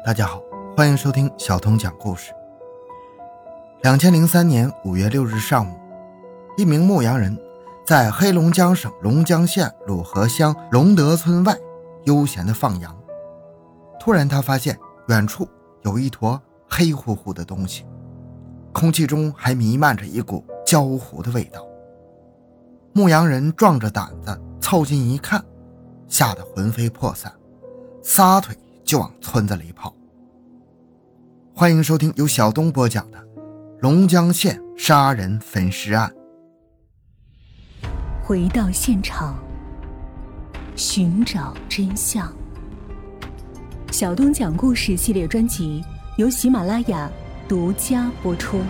大家好，欢迎收听小童讲故事。2003年5月6日上午，一名牧羊人在黑龙江省龙江县鲁河乡龙德村外悠闲地放羊。突然他发现远处有一坨黑乎乎的东西，空气中还弥漫着一股焦糊的味道。牧羊人壮着胆子凑近一看，吓得魂飞魄散，撒腿就往村子里跑。欢迎收听由小东播讲的龙江县杀人焚尸案。 回到现场，寻找真相。小东讲故事系列专辑由喜马拉雅独家播出。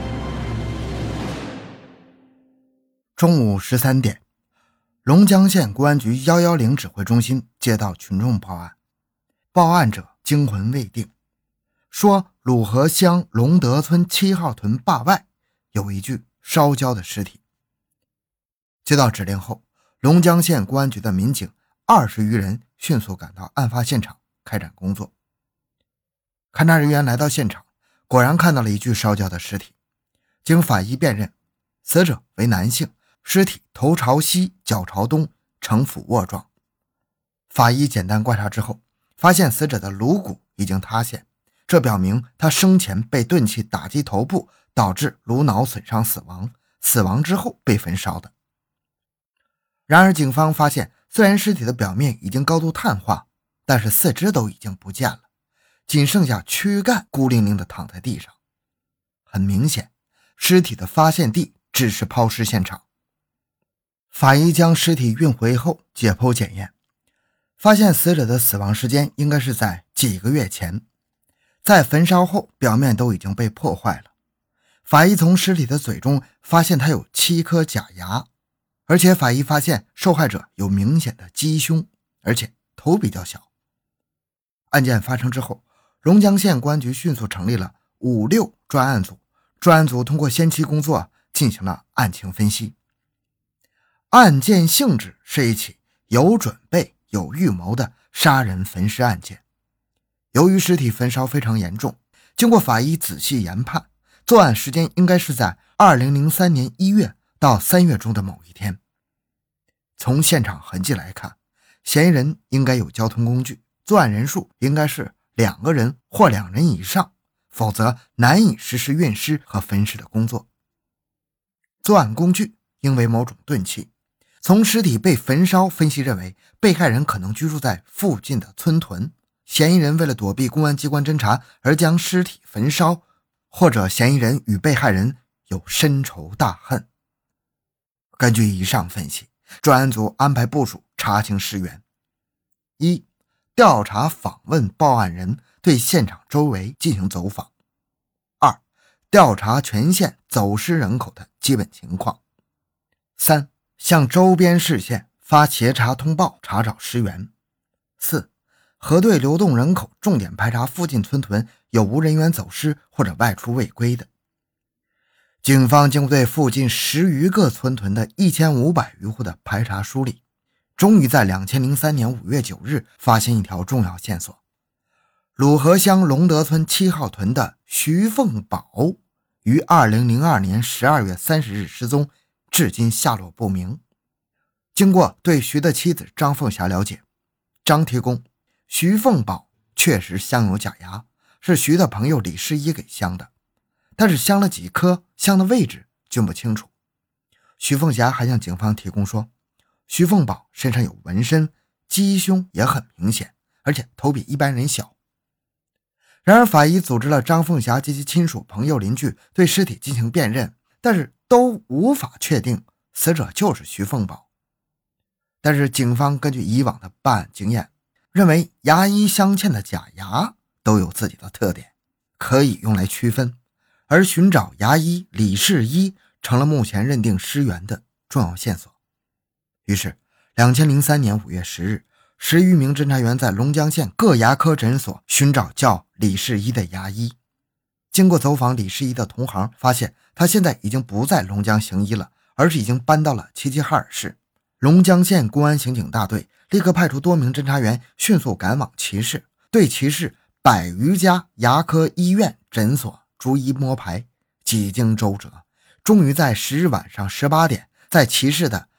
中午13点，龙江县公安局110指挥中心接到群众报案，报案者惊魂未定，说鲁河乡龙德村7号屯坝外有一具烧焦的尸体。接到指令后，龙江县公安局的民警20余人迅速赶到案发现场开展工作。勘查人员来到现场，果然看到了一具烧焦的尸体。经法医辨认，死者为男性，尸体头朝西脚朝东，呈俯卧状。法医简单观察之后，发现死者的颅骨已经塌陷，这表明他生前被钝器打击头部，导致颅脑损伤死亡，死亡之后被焚烧的。然而警方发现，虽然尸体的表面已经高度碳化，但是四肢都已经不见了，仅剩下躯干孤零零地躺在地上。很明显，尸体的发现地只是抛尸现场。法医将尸体运回后解剖检验，发现死者的死亡时间应该是在几个月前，在焚烧后表面都已经被破坏了。法医从尸体的嘴中发现他有7颗假牙，而且法医发现受害者有明显的鸡胸，而且头比较小。案件发生之后，龙江县公安局迅速成立了5、6专案组，专案组通过先期工作进行了案情分析。案件性质是一起有准备有预谋的杀人焚尸案件。由于尸体焚烧非常严重，经过法医仔细研判，作案时间应该是在2003年1月到3月中的某一天。从现场痕迹来看，嫌疑人应该有交通工具，作案人数应该是2个人或2人以上，否则难以实施运尸和焚尸的工作。作案工具应为某种钝器。从尸体被焚烧分析认为，被害人可能居住在附近的村屯，嫌疑人为了躲避公安机关侦查而将尸体焚烧，或者嫌疑人与被害人有深仇大恨。根据以上分析，专案组安排部署查清尸源。1. 调查访问报案人，对现场周围进行走访。2. 调查全县走失人口的基本情况。3. 向周边市县发协查通报，查找尸源。4. 核对流动人口，重点排查附近村屯有无人员走失或者外出未归的。警方经过对附近10余个村屯的1500余户的排查梳理，终于在2003年5月9日发现一条重要线索。鲁河乡龙德村7号屯的徐凤宝于2002年12月30日失踪，至今下落不明。经过对徐的妻子张凤霞了解，张提供徐凤宝确实镶有假牙，是徐的朋友李世一给镶的，但是镶了几颗，镶的位置均不清楚。徐凤霞还向警方提供说，徐凤宝身上有纹身，鸡胸也很明显，而且头比一般人小。然而法医组织了张凤霞及其亲属、朋友、邻居对尸体进行辨认，但是都无法确定死者就是徐凤宝。但是警方根据以往的办案经验，认为牙医镶嵌的假牙都有自己的特点，可以用来区分，而寻找牙医李世一成了目前认定尸源的重要线索。于是2003年5月10日，10余名侦查员在龙江县各牙科诊所寻找叫李世一的牙医。经过走访李世一的同行，发现他现在已经不在龙江行医了，而是已经搬到了齐齐哈尔市。龙江县公安刑警大队立刻派出多名侦查员迅速赶往齐市，对齐市 100余家牙科医院诊所逐一摸排，几经周折，终于在10日晚上18点，在齐市的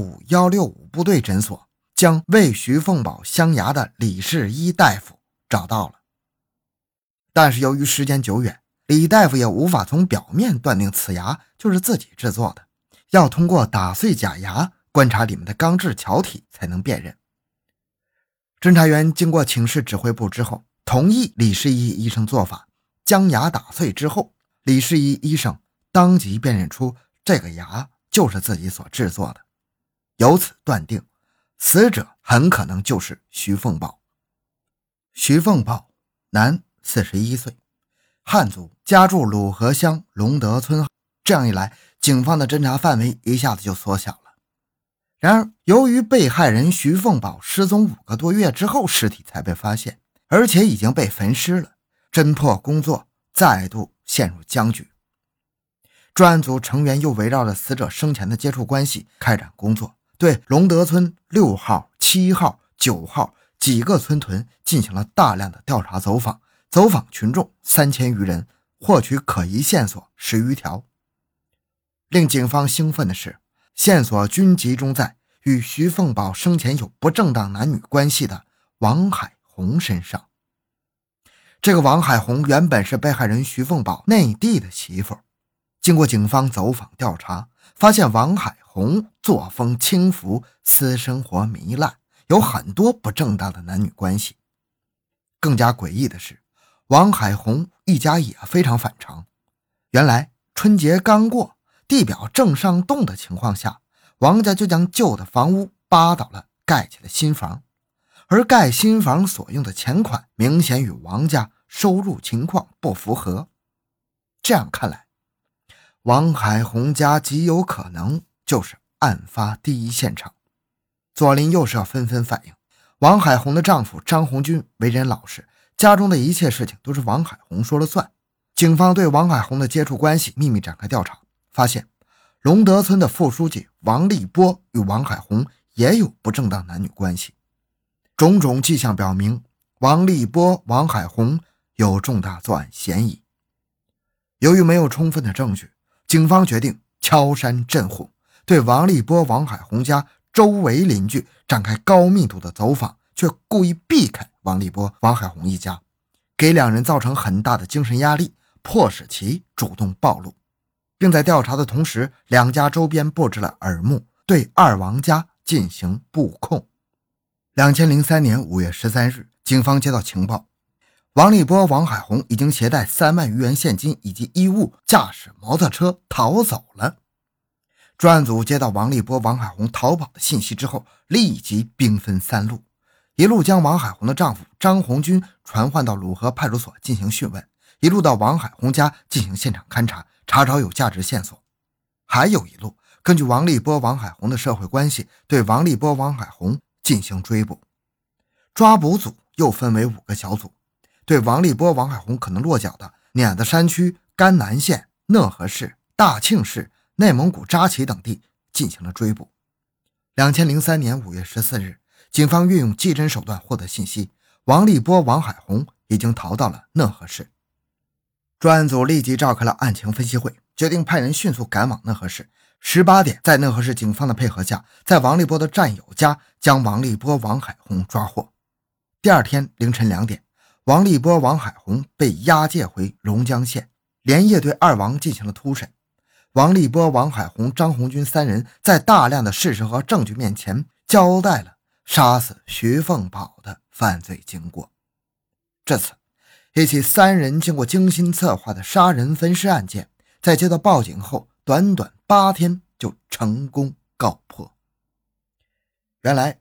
65165部队诊所将为徐凤宝镶牙的李世一大夫找到了。但是由于时间久远，李大夫也无法从表面断定此牙就是自己制作的，要通过打碎假牙观察里面的钢制桥体才能辨认。侦查员经过请示指挥部之后，同意李世一医生做法，将牙打碎之后，李世一医生当即辨认出这个牙就是自己所制作的，由此断定死者很可能就是徐凤宝。徐凤宝，男，41岁，汉族，家住鲁河乡龙德村。这样一来，警方的侦查范围一下子就缩小了。然而，由于被害人徐凤宝失踪5个多月之后尸体才被发现，而且已经被焚尸了，侦破工作再度陷入僵局。专案组成员又围绕着死者生前的接触关系开展工作，对龙德村6号、7号、9号几个村屯进行了大量的调查走访，走访群众3000余人，获取可疑线索10余条。令警方兴奋的是，线索均集中在与徐凤宝生前有不正当男女关系的王海红身上。这个王海红原本是被害人徐凤宝内地的媳妇，经过警方走访调查，发现王海红作风轻浮，私生活糜烂，有很多不正当的男女关系。更加诡异的是，王海红一家也非常反常。原来春节刚过，地表正上动的情况下，王家就将旧的房屋扒倒了，盖起了新房，而盖新房所用的钱款明显与王家收入情况不符合。这样看来，王海红家极有可能就是案发第一现场。左邻右舍纷纷反映，王海红的丈夫张红军为人老实，家中的一切事情都是王海红说了算。警方对王海红的接触关系秘密展开调查，发现龙德村的副书记王立波与王海红也有不正当男女关系。种种迹象表明，王立波、王海红有重大作案嫌疑。由于没有充分的证据，警方决定敲山震虎，对王立波、王海红家周围邻居展开高密度的走访，却故意避开王立波、王海红一家，给两人造成很大的精神压力，迫使其主动暴露，并在调查的同时，两家周边布置了耳目，对二王家进行布控。2003年5月13日，警方接到情报，王立波、王海红已经携带3万余元现金以及衣物，驾驶摩托车逃走了。专案组接到王立波、王海红逃跑的信息之后，立即兵分3路，一路将王海红的丈夫张红军传唤到鲁河派出所进行讯问，一路到王海红家进行现场勘查，查找有价值线索。还有一路根据王立波、王海红的社会关系，对王立波、王海红进行追捕。抓捕组又分为5个小组，对王立波、王海红可能落脚的碾子山区、甘南县、讷河市、大庆市、内蒙古扎旗等地进行了追捕。2003年5月14日，警方运用技侦手段获得信息，王立波、王海红已经逃到了讷河市。专案组立即召开了案情分析会，决定派人迅速赶往讷河市。18点，在讷河市警方的配合下，在王立波的战友家将王立波、王海红抓获。第二天凌晨2点，王立波、王海红被押解回龙江县，连夜对二王进行了突审。王立波、王海红、张红军3人在大量的事实和证据面前交代了杀死徐凤宝的犯罪经过。这次一起3人经过精心策划的杀人分尸案件，在接到报警后短短8天就成功告破。原来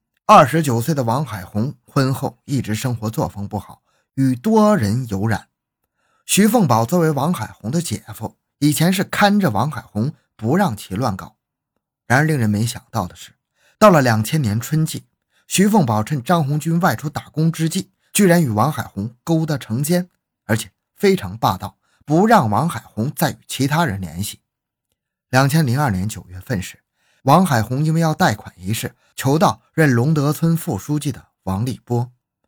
29岁的王海红婚后一直生活作风不好，与多人有染。徐凤宝作为王海红的姐夫，以前是看着王海红不让其乱搞。然而令人没想到的是，到了2000年春季，徐凤宝趁张红军外出打工之际，居然与王海红勾搭成奸，而且非常霸道，不让王海红再与其他人联系。2002年9月份时，王海红因为要贷款一事，求到任龙德村副书记的王立波。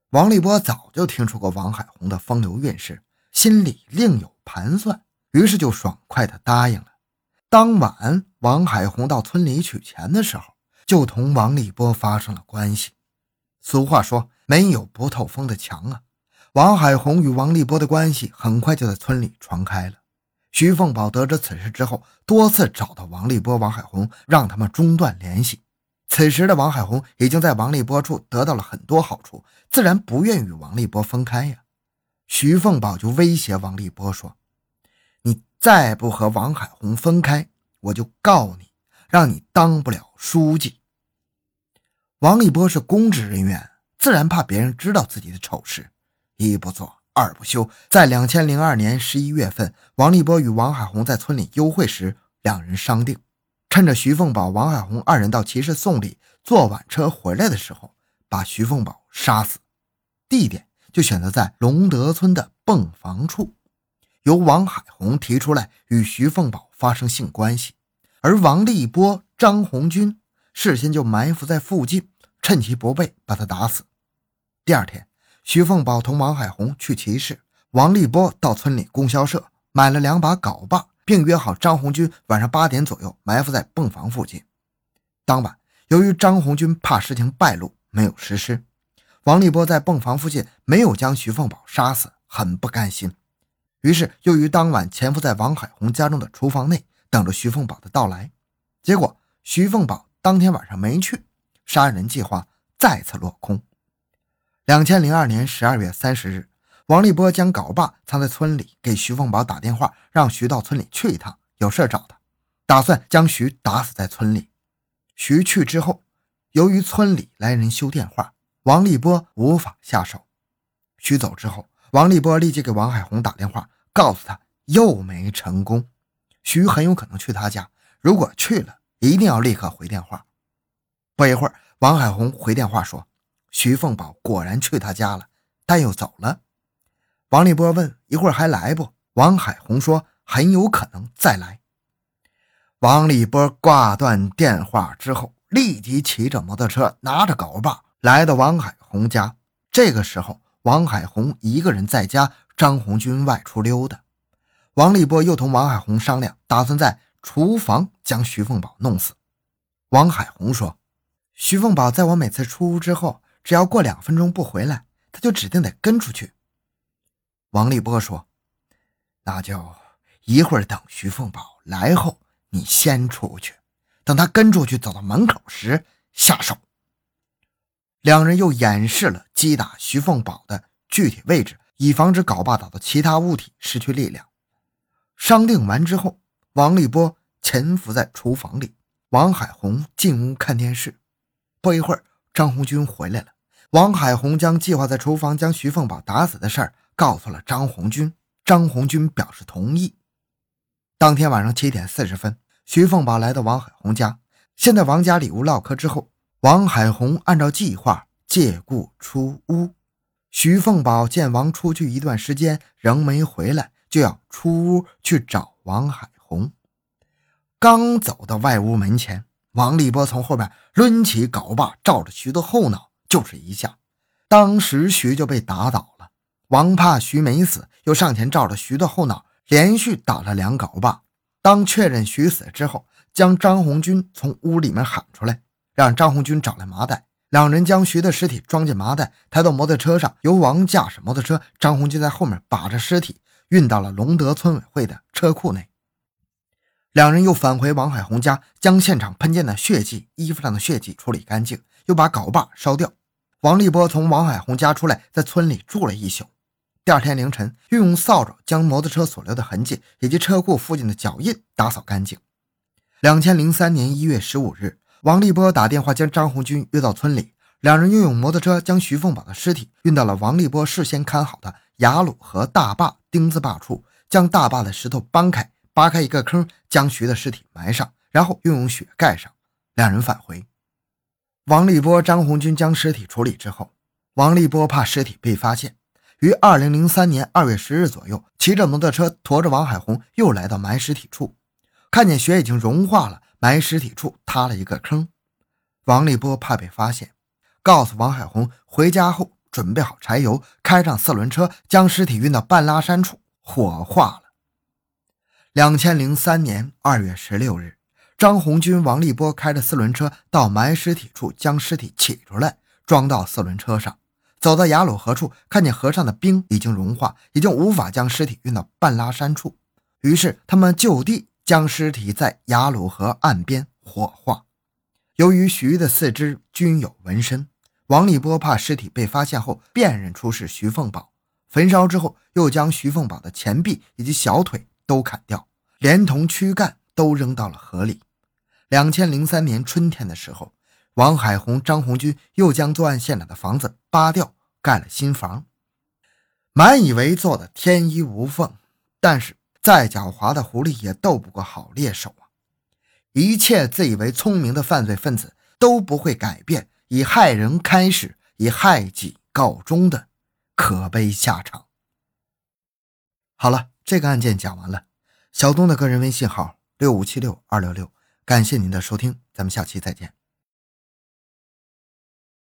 王立波早就听说过王海红的风流韵事，心里另有盘算，于是就爽快地答应了。当晚王海红到村里取钱的时候，就同王立波发生了关系。俗话说没有不透风的墙啊，王海红与王立波的关系很快就在村里传开了。徐凤宝得知此事之后，多次找到王立波、王海红，让他们中断联系。此时的王海红已经在王立波处得到了很多好处，自然不愿与王立波分开呀。徐凤宝就威胁王立波说，你再不和王海红分开，我就告你，让你当不了书记。王立波是公职人员，自然怕别人知道自己的丑事，一不做二不休，在2002年11月份，王立波与王海红在村里幽会时，两人商定，趁着徐凤宝、王海红二人到集市送礼，坐晚车回来的时候，把徐凤宝杀死。地点就选择在龙德村的泵房处，由王海红提出来与徐凤宝发生性关系，而王立波、张红军事先就埋伏在附近，趁其不备把他打死。第二天，徐凤宝同王海红去集市，王立波到村里供销社买了2把镐把，并约好张红军晚上8点左右埋伏在泵房附近。当晚，由于张红军怕事情败露，没有实施。王立波在泵房附近没有将徐凤宝杀死，很不甘心，于是又于当晚潜伏在王海红家中的厨房内，等着徐凤宝的到来。结果徐凤宝当天晚上没去，杀人计划再次落空。2002年12月30日，王立波将镐把藏在村里，给徐凤宝打电话，让徐到村里去一趟，有事找他，打算将徐打死在村里。徐去之后，由于村里来人修电话，王立波无法下手。徐走之后，王立波立即给王海红打电话，告诉他又没成功，徐很有可能去他家，如果去了一定要立刻回电话。不一会儿，王海红回电话说徐凤宝果然去他家了，但又走了。王立波问一会儿还来不，王海红说很有可能再来。王立波挂断电话之后，立即骑着摩托车拿着镐把来到王海红家。这个时候王海红一个人在家，张红军外出溜达。王立波又同王海红商量，打算在厨房将徐凤宝弄死。王海红说，徐凤宝在我每次出屋之后，只要过2分钟不回来，他就指定得跟出去。王立波说，那就一会儿等徐凤宝来后，你先出去，等他跟出去走到门口时下手。两人又演示了击打徐凤宝的具体位置，以防止镐把打到其他物体失去力量。商定完之后，王立波潜伏在厨房里，王海红进屋看电视。不一会儿，张红军回来了。王海红将计划在厨房将徐凤宝打死的事儿告诉了张红军，张红军表示同意。当天晚上7点40分，徐凤宝来到王海红家，先在王家里屋唠嗑之后，王海红按照计划借故出屋。徐凤宝见王出去一段时间仍没回来，就要出屋去找王海红。刚走到外屋门前，王立波从后面抡起镐把照着徐的后脑就是一下，当时徐就被打倒了。王怕徐没死，又上前照着徐的后脑连续打了2镐把。当确认徐死之后，将张红军从屋里面喊出来，让张红军找来麻袋，两人将徐的尸体装进麻袋，抬到摩托车上，由王驾驶摩托车，张红军在后面把着尸体运到了龙德村委会的车库内。两人又返回王海红家，将现场喷溅的血迹、衣服上的血迹处理干净，又把镐把烧掉。王立波从王海红家出来，在村里住了一宿。第二天凌晨，又用扫帚将摩托车所留的痕迹以及车库附近的脚印打扫干净。2003年1月15日，王立波打电话将张红军约到村里，两人又用摩托车将徐凤宝的尸体运到了王立波事先看好的雅鲁河大坝钉子坝处，将大坝的石头搬开，扒开一个坑，将徐的尸体埋上，然后又用雪盖上。两人返回。王立波、张红军将尸体处理之后，王立波怕尸体被发现，于2003年2月10日左右，骑着摩托车驮着王海红又来到埋尸体处，看见雪已经融化了，埋尸体处塌了一个坑。王立波怕被发现，告诉王海红回家后准备好柴油，开上4轮车，将尸体运到半拉山处火化了。2003年2月16日，张红军、王立波开着4轮车到埋尸体处，将尸体起出来，装到4轮车上。走到雅鲁河处，看见河上的冰已经融化，已经无法将尸体运到半拉山处，于是他们就地将尸体在雅鲁河岸边火化。由于徐的4肢均有纹身，王立波怕尸体被发现后辨认出是徐凤宝，焚烧之后又将徐凤宝的前臂以及小腿都砍掉，连同躯干都扔到了河里。2003年春天的时候，王海红、张红军又将作案现场的房子扒掉，盖了新房。满以为做的天衣无缝，但是再狡猾的狐狸也斗不过好猎手啊！一切自以为聪明的犯罪分子都不会改变以害人开始，以害己告终的可悲下场。好了，这个案件讲完了。小东的个人微信号6576-266，感谢您的收听，咱们下期再见。